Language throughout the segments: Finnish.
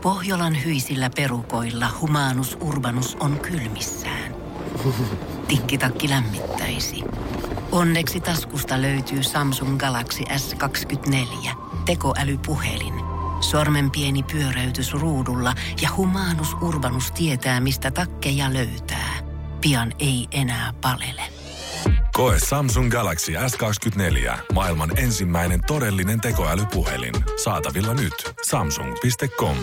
Pohjolan hyisillä perukoilla Humanus Urbanus on kylmissään. Tikkitakki lämmittäisi. Onneksi taskusta löytyy Samsung Galaxy S24. Tekoälypuhelin. Sormen pieni pyöräytys ruudulla ja Humanus Urbanus tietää, mistä takkeja löytää. Pian ei enää palele. Koe Samsung Galaxy S24. Maailman ensimmäinen todellinen tekoälypuhelin. Saatavilla nyt. Samsung.com.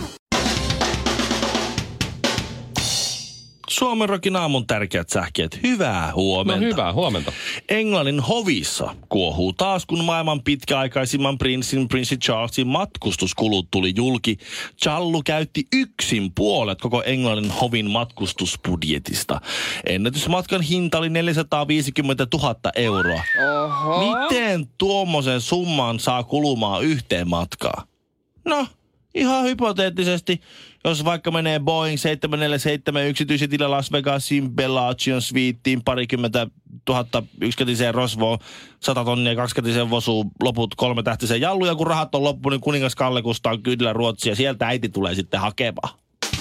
Suomen Rockin aamun tärkeät sähkeet. Hyvää huomenta. No hyvää huomenta. Englannin hovissa kuohuu taas, kun maailman pitkäaikaisimman prinssi Charlesin matkustuskulut tuli julki. Challu käytti yksin puolet koko Englannin hovin matkustusbudjetista. Ennätysmatkan hinta oli 450 000 euroa. Oho. Miten tuommoisen summan saa kulumaan yhteen matkaan? No, ihan hypoteettisesti, jos vaikka menee Boeing 747 yksityisjetillä Las Vegasin Bellagio Suiteen 20 000 yksikätiseen rosvoon, 100 tonnia kaksikätiseen vosuun, loput 3-tähtiseen jalluja, kun rahat on loppu, niin kuningas Kalle kustaa kyydillä Ruotsia ja sieltä äiti tulee sitten hakemaan.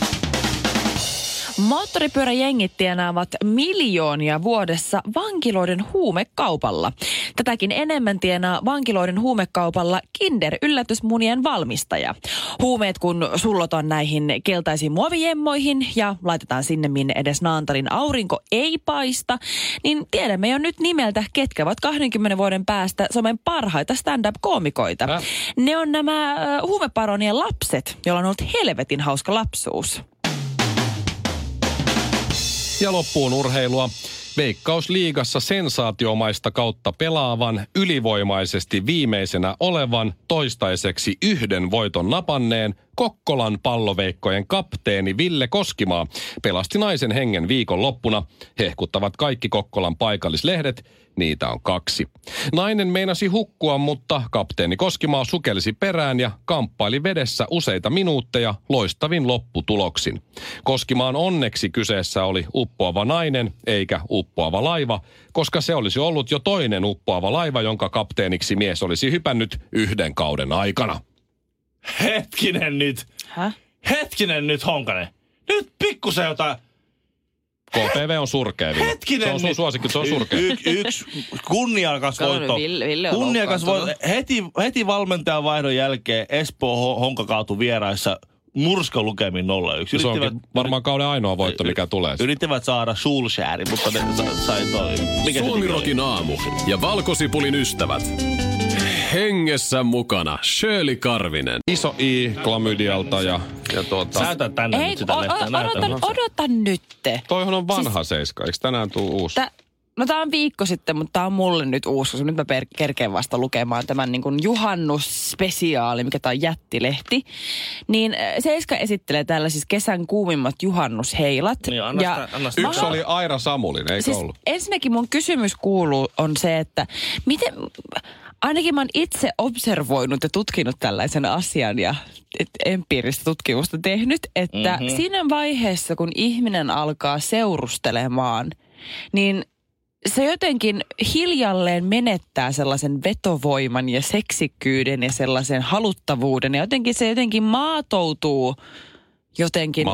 Moottoripyöräjengit tienaavat miljoonia vuodessa vankiloiden huumekaupalla. Tätäkin enemmän tienaa vankiloiden huumekaupalla Kinder-yllätysmunien valmistaja. Huumeet kun sullotaan näihin keltaisiin muovijemmoihin ja laitetaan sinne, minne edes Naantalin aurinko ei paista, niin tiedämme jo nyt nimeltä, ketkä ovat 20 vuoden päästä Suomen parhaita stand-up-koomikoita. Ne on nämä huumeparonien lapset, joilla on ollut helvetin hauska lapsuus. Ja loppuun urheilua. Veikkausliigassa sensaatiomaista kautta pelaavan, ylivoimaisesti viimeisenä olevan, toistaiseksi 1 voiton napanneen Kokkolan palloveikkojen kapteeni Ville Koskimaa pelasti naisen hengen viikonloppuna. Hehkuttavat kaikki Kokkolan paikallislehdet, niitä on 2. Nainen meinasi hukkua, mutta kapteeni Koskimaa sukelsi perään ja kamppaili vedessä useita minuutteja loistavin lopputuloksin. Koskimaan onneksi kyseessä oli uppoava nainen eikä uppoava laiva, koska se olisi ollut jo toinen uppoava laiva, jonka kapteeniksi mies olisi hypännyt 1 kauden aikana. Hetkinen nyt. Häh? Hetkinen nyt, Honkanen. Nyt pikkusen jotain. KPV on surkea. Hetkinen se on sun nyt. suosikki, se on surkea. Yksi kunniakas voitto. Ville on Kunniakas voitto. loukkaantunut. Heti valmentajan vaihdon jälkeen Espoo Honka kaatui vieraissa murskalukemin 0-1. Se onkin varmaan kauden ainoa voitto, mikä tulee. Yrittivät saada Schulschärin, mutta ne sai toi. Suomi Rockin aamu ja Valkosipulin ystävät. Hengessä mukana Shirley Karvinen. Iso I klamydialta ja Säätä tänne Ei, nyt sitä lehteä. odota nytte. toihan on vanha seiska, eikö tänään tuu uusi? No tää on viikko sitten, mutta tää on mulle nyt uusi, koska nyt mä kerkeen vasta lukemaan tämän niin kuin juhannusspesiaali, mikä tää on jättilehti. Niin Seiska esittelee täällä siis kesän kuumimmat juhannusheilat. Niin, anna sitä. Yksi oli Aira Samulin, eikö siis ollut? Ensinnäkin mun kysymys kuuluu on se, että miten, ainakin mä oon itse observoinut ja tutkinut tällaisen asian ja empiiristä tutkimusta tehnyt, että siinä vaiheessa, kun ihminen alkaa seurustelemaan, niin se jotenkin hiljalleen menettää sellaisen vetovoiman ja seksikkyyden ja sellaisen haluttavuuden. Ja jotenkin se jotenkin maatoutuu jotenkin.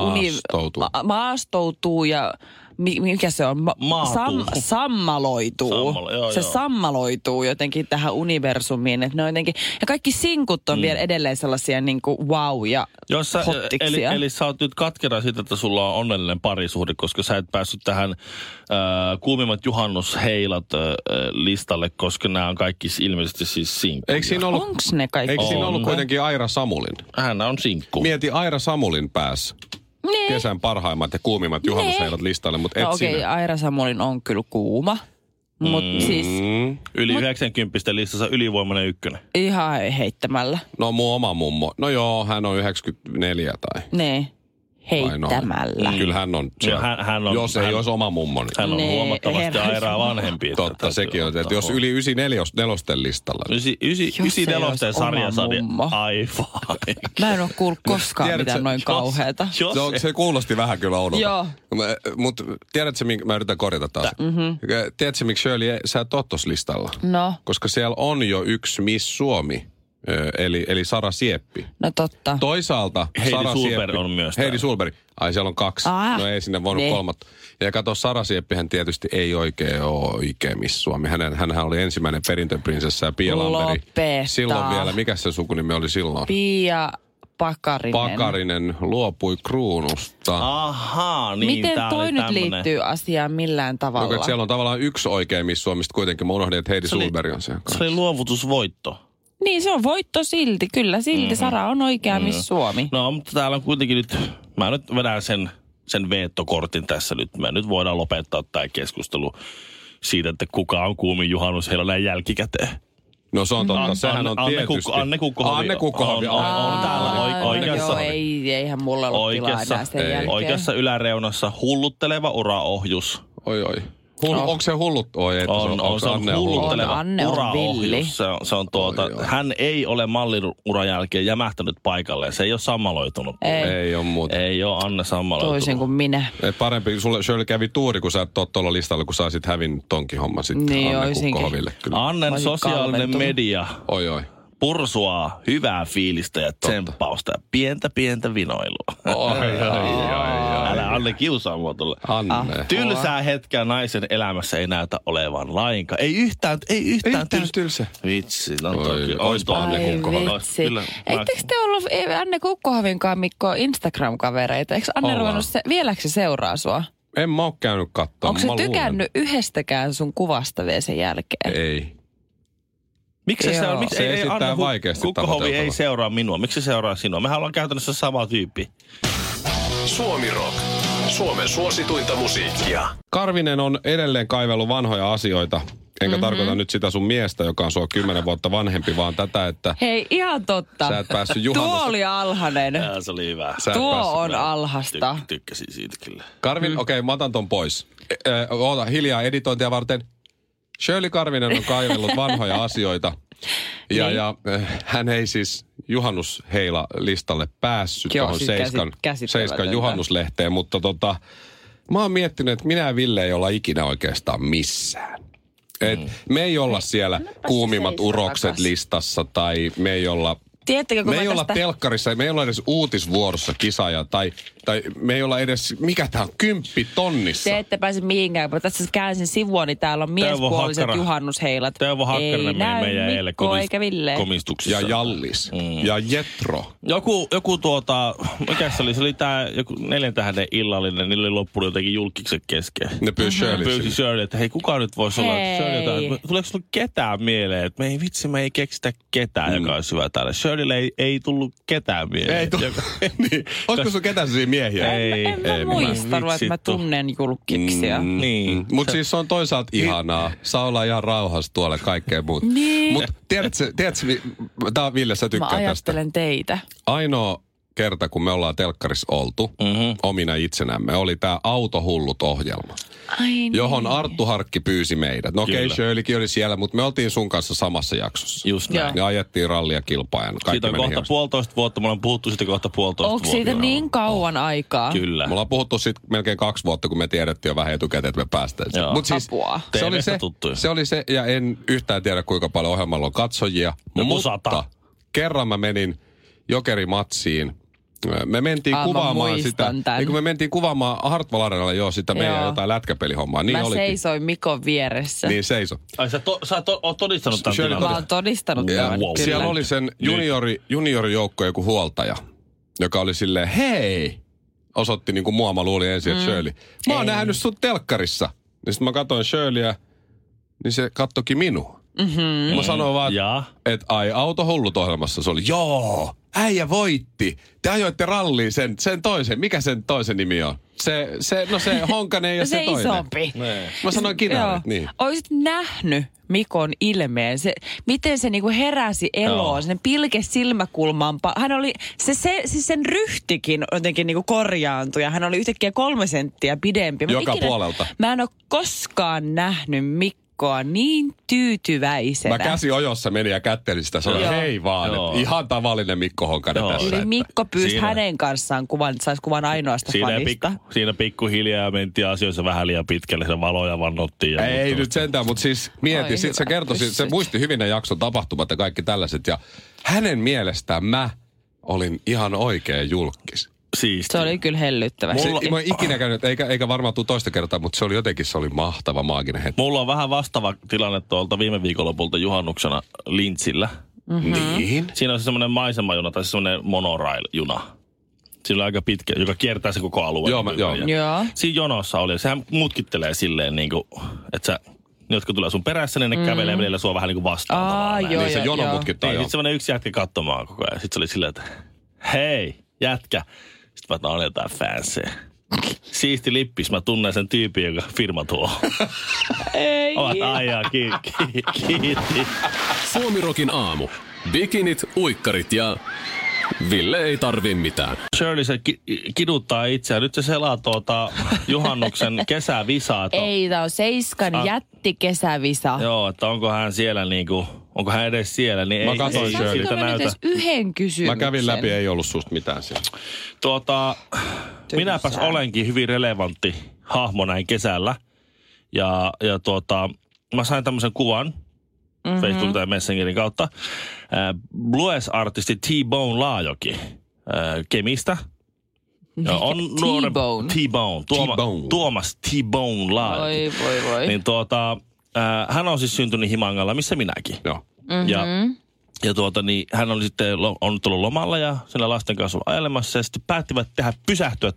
Maastoutuu ja mikä se on? Sammaloituu. Se sammaloituu jotenkin tähän universumiin. Että ne on jotenkin, ja kaikki sinkut on vielä edelleen sellaisia niin kuin wow ja hottiksia. Eli sä oot nyt katkera siitä, että sulla on onnellinen parisuhde, koska sä et päässyt tähän kuumimmat juhannusheilat listalle, koska nämä on kaikki ilmeisesti siis sinkkuja. Eikö siinä ollut, onks ne kaikki? eikö siinä ollut kuitenkin Aira Samulin? Hän on sinkku. Mieti Aira Samulin päässä. Nee. Kesän parhaimmat ja kuumimmat juhannusheilat listalle, mutta et no sinä. okei, Aira Samulin on kyllä kuuma. Mutta siis Yli 90 listassa ylivoimainen 1. ihan heittämällä. No mun oma mummo. No joo, hän on 94 tai. Ne. Heittämällä. Kyllä hän on. Hän on jos ei olisi oma mummo, niin. Hän on huomattavasti Airaa vanhempi. Totta, sekin on. Että jos yli 94 listalla. 94 sarjasade. Aivan. Mä en ole kuullut koskaan mitään noin kauheata. Se kuulosti vähän kyllä oudolta. Joo. Mutta tiedätkö, mä yritän korjata taas. Tiedätkö, miksi Shirley, sä et ole tossa listalla? No. Koska siellä on jo yksi Miss Suomi eli Sara Sieppi. No totta. Toisaalta Heidi Sara Sulberg Sieppi, on myös Heidi täällä. Sulberg. Ai siellä on 2. No ei sinne voinut 3. Ja kato, Sara Sieppihän tietysti ei oikein ole Miss Suomi. Hänhän oli ensimmäinen perintöprinsessa ja Pia Lamperi. Silloin vielä, mikä se sukunimi oli silloin? Pia Pakarinen. Pakarinen luopui kruunusta. Ahaa, niin Miten tää toi oli nyt tämmönen. liittyy asiaan millään tavalla? No, siellä on tavallaan yksi oikein Miss Suomista kuitenkin. Mä unohdin, että Heidi Sulberg on siellä Se oli luovutusvoitto. Niin, se on voitto silti. Kyllä silti Sara on oikea Miss Suomi. No, mutta täällä on kuitenkin nyt, mä nyt vedän sen veettokortin tässä nyt. Me nyt voidaan lopettaa tämä keskustelu siitä, että kuka on kuumin juhannus heillä näin jälkikäteen. No se on totta, sehän on tietysti. Anne Kukkohovi on täällä oikeassa. Joo, eihän mulla ollut tilaa enää sen jälkeen. Oikeassa yläreunassa hullutteleva uraohjus. Oi. Onko se hullut? Oi, että On, se on Anne hullutteleva Anne on villi. uraohjus. Se on hän ei ole mallin jälkeen jämähtänyt paikalleen. Se ei ole sammaloitunut. Ei ole muuta. Ei ole Anne sammaloitunut. Toisin kuin minä. Et parempi, sulle Shirley kävi tuuri, kun sä et ole tuolla listalla, kun sä olisit hävinnyt tonkin homma sitten Niin, Anne oisinkin. Kukkohoville. Kyllä. Annen sosiaalinen kalventunut. media Oi. pursuaa hyvää fiilistä ja tsemppausta ja pientä vinoilua. Oi. Älä Anne kiusaa mua tuolla. Anne. Tylsää hetkeä naisen elämässä ei näytä olevan lainkaan. Ei yhtään tylsä. Vitsi, no Oi, toki. oispa Anne Kukkohovi. Vitsi. Kyllä, Ettekö te ollut Anne Kukkohovinkaan, Mikko, Instagram-kavereita? Eikö Anne Ollaan. ruvennut vieläkö se seuraa sua? En mä oo käynyt kattoo. Onko se tykännyt yhdestäkään sun kuvasta vielä sen jälkeen? Ei. Miksi se Joo. on? Miksi Se ei esittää Anne vaikeasti Kukkohovi ei tavoiteltava. seuraa minua? Miksi se seuraa sinua? Mehän ollaan käytännössä sama tyyppi. Suomi Rock. Suomen suosituinta musiikkia. Karvinen on edelleen kaivellut vanhoja asioita. Enkä tarkoita nyt sitä sun miestä, joka on sua 10 vuotta vanhempi, vaan tätä, että Hei, ihan totta. sä et päässyt Tuo juhannusta. oli alhainen. Se oli hyvä. Sä et Tuo päässyt. on alhasta. Tykkäsin siitä kyllä. Karvin, okei, mä otan ton pois. Oota, hiljaa editointia varten. Shirley Karvinen on kaivellut vanhoja asioita. Ja hän ei siis juhannusheila-listalle päässyt Joo, tuohon siis Seiskan käsittämätöntä. juhannuslehteen, mutta mä oon miettinyt, että minä ja Ville ei olla ikinä oikeastaan missään. Me ei olla siellä kuumimmat seisoo urokset takas. listassa tai me ei olla... Tiedättekö, kun Me ei mä olla tästä... telkkarissa, me ei olla edes uutisvuorossa kisaaja tai me ei olla edes, mikä tää on, 10 tonnissa. Te ette pääse mihinkään, kun tässä käänsin sivua, niin täällä on miespuoliset Hakkara. juhannusheilat. Teuvo Hakkarinen Ei meni näy meidän eilen Mikko eikä Ville. komistuksessa. Ja Jallis. Ja Jetro. Joku mikä se oli? Se oli tää joku 4 tähden illallinen, niillä oli loppunut jotenkin julkikset kesken. Ne pyysi Shirley Pyysi sinne. Shirley, että hei, kuka nyt voisi olla? Hei. Shirley, tuleeko sulla ketään mieleen? Että me ei keksitä ketään, joka olisi hyvä täällä. Shirleylle ei tullut ketään mieleen. Ei tullut. Niin. Olisiko sun ketään sellaisia miehiä? En mä muistanut, että mä tunnen julkiksia. Niin. Mutta siis se on toisaalta ihanaa. Saa olla ihan rauhassa tuolla kaikkea muuta. Niin. Mutta tiedätkö, tää on Ville, sä Mä tykkää tästä. ajattelen teitä. Ainoa kerta, kun me ollaan telkkarissa oltu omina itsenämme, oli tää Autohullut-ohjelma, Ai niin. johon Arttu Harkki pyysi meidät. No okei, Kyllä. Shirleykin oli siellä, mutta me oltiin sun kanssa samassa jaksossa. Just näin. Ja ajettiin rallia kilpaa ja kaikki Siitä on meni kohta hienosti. 1,5 vuotta. Me ollaan puhuttu siitä kohta 1,5 vuotta. Onko siitä niin kauan aikaa? Kyllä. Me ollaan puhuttu siitä melkein 2 vuotta, kun me tiedettiin jo vähän etukäteen, että me päästään. Joo. Mut siis, Apua. se oli se, ja en yhtään tiedä, kuinka paljon ohjelmalla on katsojia. Joku Mutta 100. kerran mä menin Jokerimatsiin. Me mentiin Mä kuvaamaan muistan sitä. tän. Niin kun me mentiin kuvaamaan Hartwall Arenalla sitä meidän Joo. jotain lätkäpelihommaa. Niin Mä olikin. seisoin Mikon vieressä. Niin seiso. Ai sä oot todistanut tämän Shirley tilanteen. Mä oon todistanut Ja tämän, kyllä. siellä oli sen juniorijoukko joku huoltaja, joka oli silleen, hei! Osoitti niin kuin mua, mä luulin ensin, että Shirley. Mä oon nähnyt sut telkkarissa. Niin sit mä katsoin Shirleyä, niin se kattokin minua. Mä sanoin vaan, Ja? että ai Autohullut-ohjelmassa se oli, joo, äijä voitti. Te ajoitte ralliin sen toisen. Mikä sen toisen nimi on? Se Honkanen ja se toinen. isompi. Mä sanoin kinaret, niin. Oisit nähnyt Mikon ilmeen. Miten se niinku heräsi eloon. Joo. Sen pilke silmäkulmaan. Hän oli, siis sen ryhtikin jotenkin niinku korjaantui. Ja hän oli yhtäkkiä 3 senttiä pidempi. Joka puolelta. Mä en ole koskaan nähnyt Mikkoa Mikkoa niin tyytyväisenä. Mä käsi ojossa menin ja kättelin sitä. Sanoin, hei vaan. Ihan tavallinen Mikko Honkanen tässä. Eli Mikko pyysi hänen kanssaan kuvan, että saisi kuvan ainoasta fanista. Siinä pikkuhiljaa mentiin asioissa vähän liian pitkälle. Se valoja vannottiin. Ei nyt sentään, mutta siis mieti. Sitten se kertoi, se muisti hyvin ne jakson tapahtumat ja kaikki tällaiset. Ja hänen mielestään mä olin ihan oikea julkis. Siisti. Se oli kyllä hellyttävä. Mä oon ikinä käynyt, eikä varmaan tule toista kertaa, mutta se oli mahtava maaginen hetki. Mulla on vähän vastaava tilanne tuolta viime viikonlopulta juhannuksena Lintsillä. Niin? Siinä on semmoinen maisemajuna tai semmoinen monorail-juna. Siinä on aika pitkä, joka kiertää se koko alue. Joo. Siinä jonossa oli. Sehän mutkittelee silleen niin kuin, että sä, ne, jotka tulee sun perässä, niin ne kävelee välillä sua vähän niin kuin vastaan. Niin se jono mutkittaa, Sitten semmoinen yksi jätkä katsomaan koko ajan. Sitten se oli silleen, että hei, jätkä. Sitten mä oon jotain fansia. Siisti lippis, mä tunnen sen tyypin, joka firma tuo. Ei. Aijaa, kiitti. Suomirokin aamu. Bikinit, uikkarit ja Ville ei tarvii mitään. Shirley se kiduttaa itseään. Nyt se selaa juhannuksen kesävisaa. Ei, tää on Seiskan jättikesävisa. Joo, että onko hän siellä niinku, onko hän edes siellä. Niin mä katsoin Shirleytä näytä. Edes yhden kysymyksen. Mä kävin läpi, ei ollut susta mitään siellä. Minäpäs olenkin hyvin relevantti hahmo näin kesällä. Ja mä sain tämmöisen kuvan Facebook tai Messengerin kautta. Blues-artisti T-Bone Laajoki Kemistä. T-Bone? T-Bone. Tuomas T-Bone Laajoki. Voi. Niin hän on siis syntynyt Himangalla, missä minäkin. Joo. Ja hän oli sitten on tullut lomalla ja siellä lasten kanssa ajelemassa ja sitten päättivät pysähtyä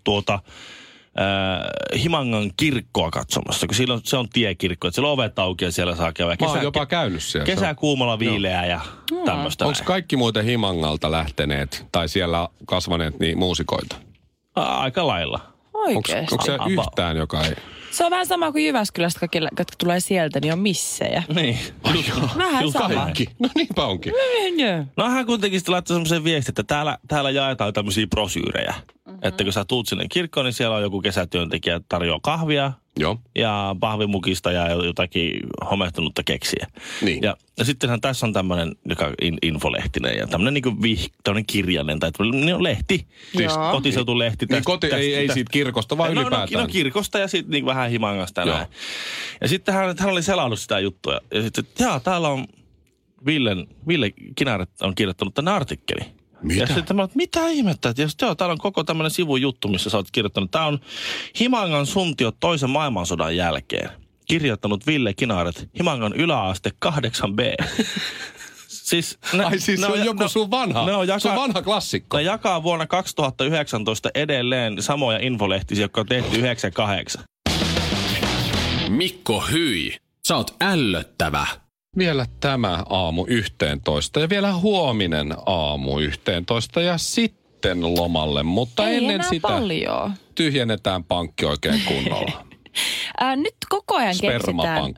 Himangan kirkkoa katsomassa, kun se on tiekirkko, että siellä on ovet auki ja siellä saa käydä. Mä oon jopa käynyt siellä. Kesäkuumalla viileää ja tämmöistä. Onko kaikki muuten Himangalta lähteneet tai siellä kasvaneet niin muusikoita? Aika lailla. Oikeesti? Onko se yhtään, joka ei... Se on vähän sama kuin Jyväskylästä, kaikki, jotka tulee sieltä, niin on missejä. Niin. Vähän sama. Kaikki. No niinpä onkin. No hän kuitenkin sitten laittoi semmoisen viestin, että täällä jaetaan tämmöisiä brosyyrejä. Että kun sä tuut sinne kirkkoon, niin siellä on joku kesätyöntekijä tarjoaa kahvia. Joo. Ja pahvimukista ja jotakin homehtunutta keksiä. Niin. Ja sittenhän tässä on tämmöinen, joka infolehtinen ja tämmöinen tämmöinen kirjainen tai tämmöinen lehti. Siis kotiseutulehti. Niin ei siitä kirkosta, vaan ylipäätään. No kirkosta ja sitten niin vähän Himangasta näin. Ja sitten hän oli selannut sitä juttua. Ja sitten, täällä on Ville Kinaret on kirjoittanut tänne artikkeli. Mitä? Ja sitten mä oon, mitä ihmettä, että täällä on koko tämmöinen sivujuttu, missä sä oot kirjoittanut. Tää on Himangan suntiot toisen maailmansodan jälkeen. Kirjoittanut Ville Kinaret, Himangan yläaste 8B. Siis se on joku sun vanha klassikko. Ne jakaa vuonna 2019 edelleen samoja infolehtisiä, jotka on tehty 98. Mikko, hyi. Sä oot ällöttävä. Vielä tämä aamu 11 ja vielä huominen aamu 11 ja sitten lomalle. Mutta ei ennen sitä paljon. Tyhjennetään pankki oikein kunnolla. Nyt koko ajan keksitään...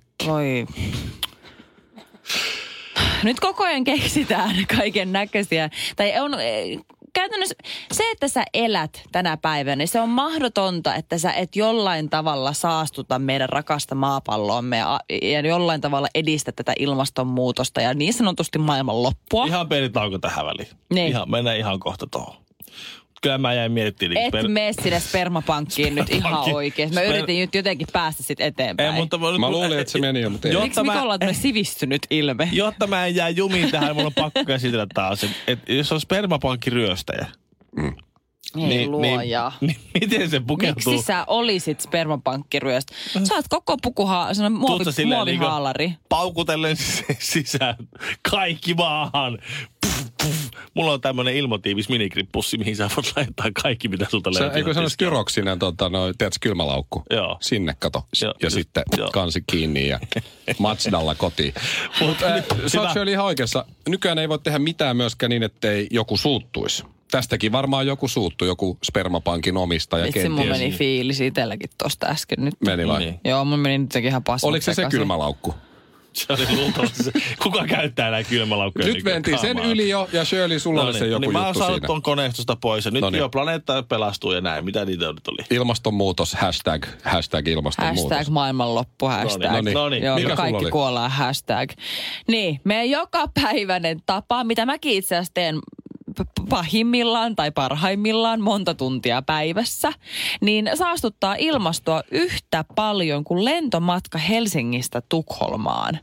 Nyt koko ajan keksitään kaiken näköisiä. Tai on... Käytännössä se, että sä elät tänä päivänä, niin se on mahdotonta, että sä et jollain tavalla saastuta meidän rakasta maapalloamme ja jollain tavalla edistä tätä ilmastonmuutosta ja niin sanotusti maailman loppua. Ihan pieni tauko tähän väliin. Niin. Mennään ihan kohta tuohon. Kyllä mä jäin miettimään. Et mene sinne spermapankkiin nyt ihan oikein. Mä yritin nyt jotenkin päästä sit eteenpäin. Ei, mutta mä luulin, että se meni jo, mutta ei. Miksi Mikolla on sivistynyt ilme? Jotta mä en jää jumiin tähän, mulla on pakko käsitellä taas. Että jos on spermapankkiryöstäjä, Ei luoja. Niin miten se pukeutuu? Miksi sä olisit spermapankkiryöstä? Sä oot koko muovihaalari. Paukutellen sisään. Kaikki maahan. Mulla on tämmönen ilmotiivis minikrippussi, mihin sä voit laittaa kaikki, mitä sulta löytyy. Eikö se ole Styroksinen, tiedätkö, kylmälaukku? Joo. Sinne kato. Ja sitten kansi kiinni ja Mazdalla kotiin. Mutta sä oot Shirley ihan oikeassa. Nykyään ei voi tehdä mitään myöskään niin, ettei joku suuttuisi. Tästäkin varmaan joku suuttu, joku spermapankin omistaja kenties. Itse mun meni fiilis itselläkin tosta äsken nyt. Meni vai? Niin. Joo, mun meni nyt ihan pasmat oliko se kylmälaukku? Se oli luultavasti se. Kuka käyttää näin kylmälaukkuja? Nyt mentiin sen yli jo, ja Shirley, sulla oli se joku niin juttu siinä. Mä oon saanut ton koneistosta pois, ja nyt jo planeetta pelastuu ja näin. Mitä niitä nyt oli? Ilmastonmuutos, hashtag ilmastonmuutos. Hashtag maailmanloppu, hashtag. Noniin. Joo, Mikä kaikki kuollaan, hashtag. Niin, meidän jokapäiväinen tapa, mitä mäkin itse asiassa teen pahimmillaan tai parhaimmillaan monta tuntia päivässä, niin saastuttaa ilmastoa yhtä paljon kuin lentomatka Helsingistä Tukholmaan.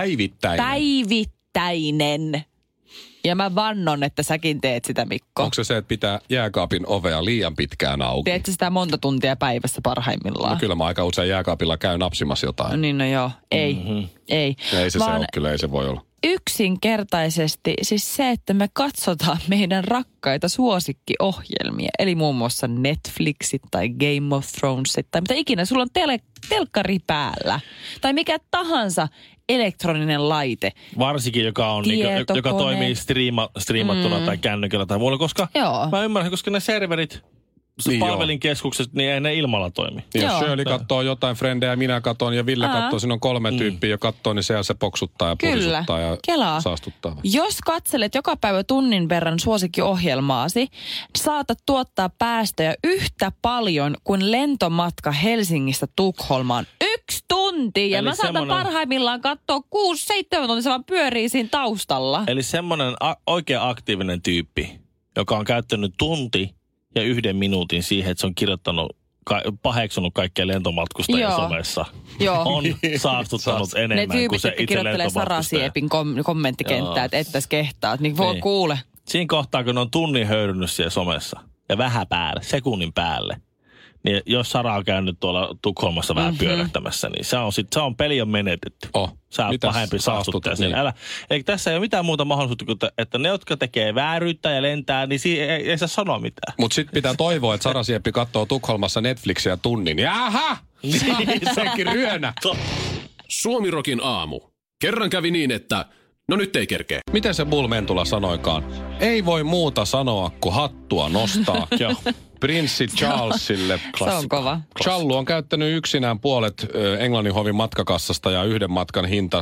Päivittäinen. Ja mä vannon, että säkin teet sitä, Mikko. Onko se, että pitää jääkaapin ovea liian pitkään auki? Teet sitä monta tuntia päivässä parhaimmillaan? No kyllä mä aika usein jääkaapilla käyn napsimassa jotain. Niin no joo, ei. Ei se ole kyllä, ei se voi olla. Yksinkertaisesti siis se, että me katsotaan meidän rakkaita suosikkiohjelmia, eli muun muassa Netflixit tai Game of Thronesit tai mitä ikinä. Sulla on telkkari päällä tai mikä tahansa elektroninen laite. Varsinkin, joka toimii striimattuna tai kännykällä tai muulla, koska mä ymmärrän, koska ne serverit, palvelinkeskukset, niin ei ne ilmalla toimi. Jos Shirley katsoo jotain frendejä, minä katson ja Ville katsoo, siinä on 3 tyyppiä ja katsoo, niin se poksuttaa ja purisuttaa ja saastuttaa. Jos katselet joka päivä tunnin verran suosikkiohjelmaasi, saatat tuottaa päästöjä yhtä paljon kuin lentomatka Helsingistä Tukholmaan. 1 tunti! Ja eli mä saatan parhaimmillaan katsoa 6-7 tuntia, se vaan pyörii siinä taustalla. Eli semmoinen oikein aktiivinen tyyppi, joka on käyttänyt tunti ja 1 minuutin siihen, että se on paheksunut kaikkia lentomatkustajia somessa. Joo. On saastuttanut enemmän kuin se itse lentomatkustaja. Ne tyypit, kirjoittelee Sarasiepin kommenttikenttää, että ettäs kehtaat, niin voi kuule. Siinä kohtaa, kun ne on tunnin höyrynyt siellä somessa ja vähän päälle, sekunnin päälle, niin jos Sara on käynyt tuolla Tukholmassa vähän pyörähtämässä, niin se on peli on menetetty. Sä oot pahempi saastuttaja. Niin. Eli tässä ei ole mitään muuta mahdollisuutta kuin, että ne, jotka tekee vääryyttä ja lentää, niin ei saa sanoa mitään. Mutta sitten pitää toivoa, että Sara Sieppi katsoo Tukholmassa Netflixiä tunnin. Jaha! Sekin ryönä. Suomirokin aamu. Kerran kävi niin, että no nyt ei kerkeä. Miten se Bull Mentula sanoikaan? Ei voi muuta sanoa, kuin hattua nostaa. Joo. Prinssi Charlesille. Se on kova. Charles on käyttänyt yksinään puolet Englannin hovin matkakassasta ja yhden matkan hinta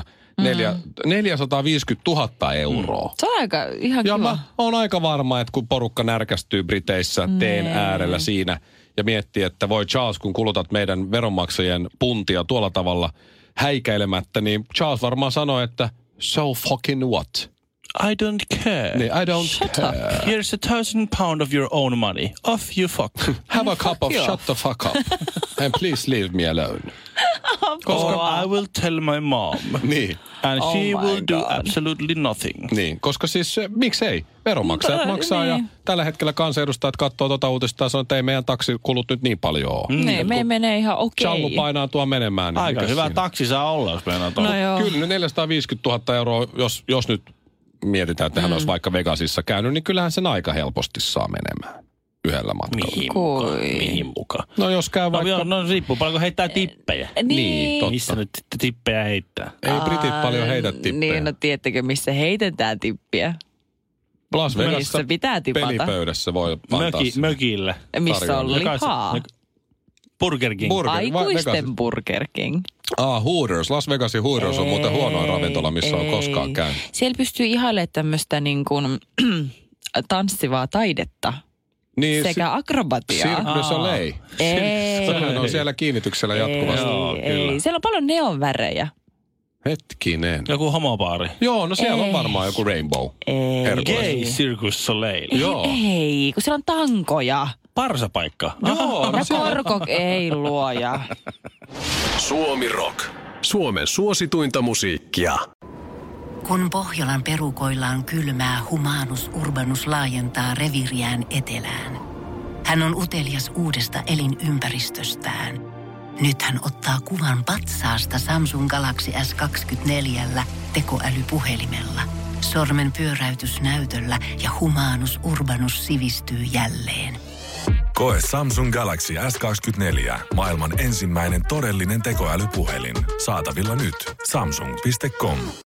450 000 euroa. Se on aika ihan ja kiva. mä oon aika varma, että kun porukka närkästyy Briteissä teen äärellä siinä ja miettii, että voi Charles, kun kulutat meidän veronmaksajien puntia tuolla tavalla häikäilemättä, niin Charles varmaan sanoi, että so fucking what? I don't care. Niin, I don't care. Here's £1,000 of your own money. Off you fuck. Have a cup of shut the fuck up. And please leave me alone. Koska I will tell my mom. Niin. And she will do absolutely nothing. Niin, koska siis miksei? Veronmaksajat maksaa ja tällä hetkellä kansanedustajat katsoo tuota uutista ja sanoo, että ei meidän taksikulut nyt niin paljon ole. Niin, me menee ihan okei. Challu painaa tuon menemään. Niin aika hyvä taksi saa olla, jos meinaa tuolla. No kyllä, 450 000 euroa, jos nyt mietitään, että hän olisi vaikka Vegasissa käynyt, niin kyllähän sen aika helposti saa menemään yhdellä matkalla. Mihin mukaan? No jos käy vaikka... No riippuu, paljonko heittää tippejä. Niin. Totta. Missä nyt tippejä heittää? Ei britit paljon heitä tippejä. Niin, no tiedättekö, missä heitetään tippiä? Las Vegasissa missä pitää tipata. Pelipöydässä voi antaa mökille. Missä on lihaa. Burger King. Aikuisten Burger King. Hooters. Las Vegasin Hooters on muuten huonoin ravintola, missä on koskaan käynyt. Siellä pystyy ihailemaan tämmöistä niin kuin tanssivaa taidetta. Niin, sekä akrobatiaa. Cirque du Soleil. Sehän on siellä kiinnityksellä jatkuvasti. Ei. Siellä on paljon neonvärejä. Hetkinen. Joku homobaari. Joo, no siellä on varmaan joku Rainbow. Gay Cirque du Soleil. Joo. Ei, kun siellä on tankoja. Parsapaikka. Joo. Ja korko ei luoja. Suomi Rock. Suomen suosituinta musiikkia. Kun Pohjolan perukoillaan kylmää, Humanus Urbanus laajentaa reviiriään etelään. Hän on utelias uudesta elinympäristöstään. Nyt hän ottaa kuvan patsaasta Samsung Galaxy S24 tekoälypuhelimella. Sormen pyöräytys näytöllä ja Humanus Urbanus sivistyy jälleen. Koe Samsung Galaxy S24. Maailman ensimmäinen todellinen tekoälypuhelin. Saatavilla nyt. Samsung.com.